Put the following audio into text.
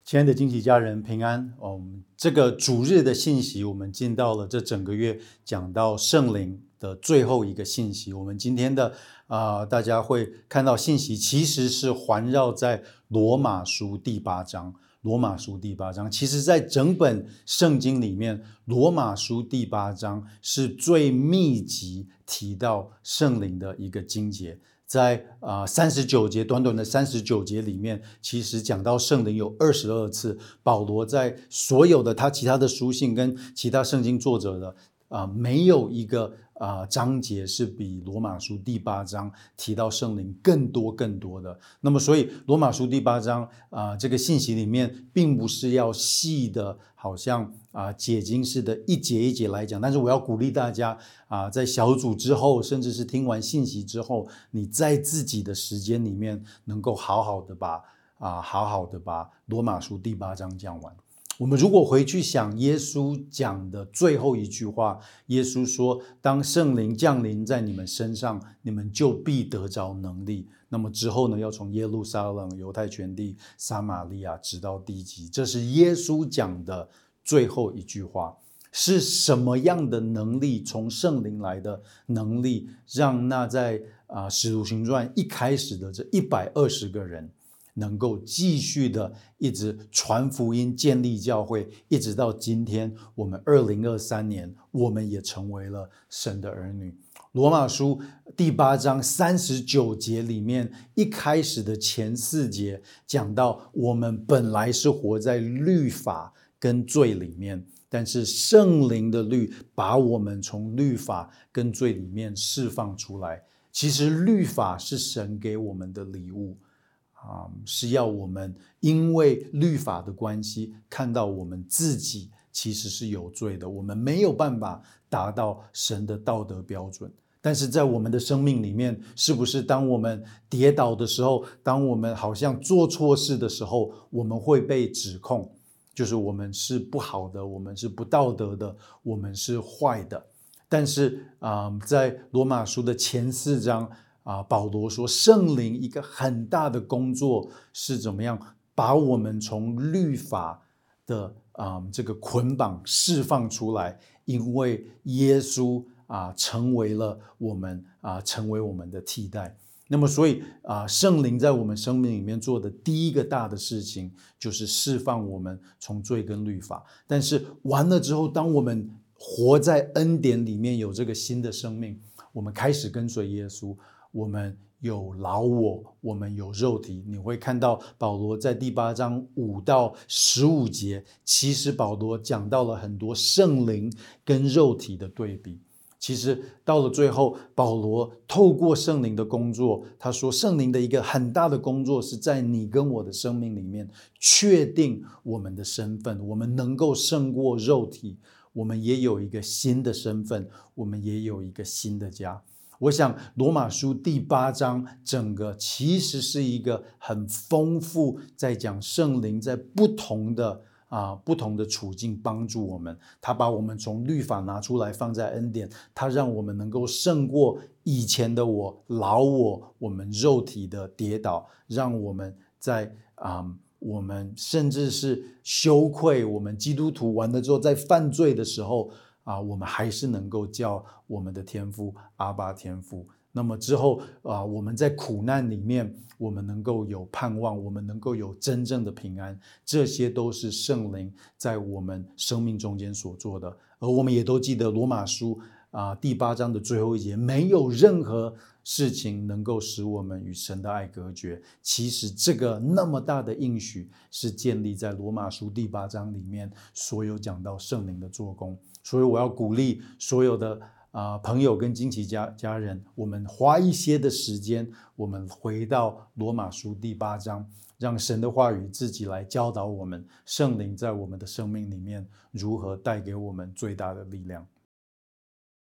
亲爱的惊喜家人平安。这个主日的信息，我们进到了这整个月讲到圣灵的最后一个信息。我们今天的大家会看到信息其实是环绕在罗马书第八章。罗马书第八章，其实在整本圣经里面，罗马书第八章是最密集提到圣灵的一个经节。在39节，短短的39节里面，其实讲到圣灵有22次。保罗在所有的他其他的书信跟其他圣经作者的没有一个章节是比罗马书第八章提到圣灵更多的。那么所以罗马书第八章这个信息里面并不是要细的好像解经式的一节一节来讲，但是我要鼓励大家在小组之后，甚至是听完信息之后，你在自己的时间里面能够好好的把罗马书第八章讲完。我们如果回去想耶稣讲的最后一句话，耶稣说，当圣灵降临在你们身上，你们就必得着能力。那么之后呢，要从耶路撒冷、犹太全地、撒玛利亚直到地极。这是耶稣讲的最后一句话。是什么样的能力，从圣灵来的能力，让那在使徒行传一开始的这120个人能够继续的一直传福音，建立教会，一直到今天我们2023年，我们也成为了神的儿女。罗马书第八章39节里面，一开始的前4节讲到，我们本来是活在律法跟罪里面，但是圣灵的律把我们从律法跟罪里面释放出来。其实律法是神给我们的礼物，是要我们因为律法的关系，看到我们自己其实是有罪的，我们没有办法达到神的道德标准。但是在我们的生命里面，是不是当我们跌倒的时候，当我们好像做错事的时候，我们会被指控，就是我们是不好的，我们是不道德的，我们是坏的。但是在罗马书的前4章保罗说，圣灵一个很大的工作是怎么样把我们从律法的这个捆绑释放出来，因为耶稣成为了我们成为我们的替代。那么所以圣灵在我们生命里面做的第一个大的事情，就是释放我们从罪跟律法。但是完了之后，当我们活在恩典里面，有这个新的生命，我们开始跟随耶稣，我们有老我，我们有肉体。你会看到保罗在第8章5到15节，其实保罗讲到了很多圣灵跟肉体的对比。其实到了最后，保罗透过圣灵的工作，他说圣灵的一个很大的工作是在你跟我的生命里面确定我们的身份，我们能够胜过肉体，我们也有一个新的身份，我们也有一个新的家。我想罗马书第8章整个其实是一个很丰富，在讲圣灵在不同的处境帮助我们。他把我们从律法拿出来放在恩典，他让我们能够胜过以前的老我，我们肉体的跌倒，让我们在我们甚至是羞愧，我们基督徒完了之后在犯罪的时候我们还是能够叫我们的天父阿爸天父。那么之后我们在苦难里面，我们能够有盼望，我们能够有真正的平安，这些都是圣灵在我们生命中间所做的。而我们也都记得罗马书第8章的最后一节，没有任何事情能够使我们与神的爱隔绝。其实这个那么大的应许是建立在罗马书第8章里面所有讲到圣灵的做工。所以我要鼓励所有的朋友跟惊奇家人，我们花一些的时间，我们回到罗马书第8章，让神的话语自己来教导我们，圣灵在我们的生命里面如何带给我们最大的力量。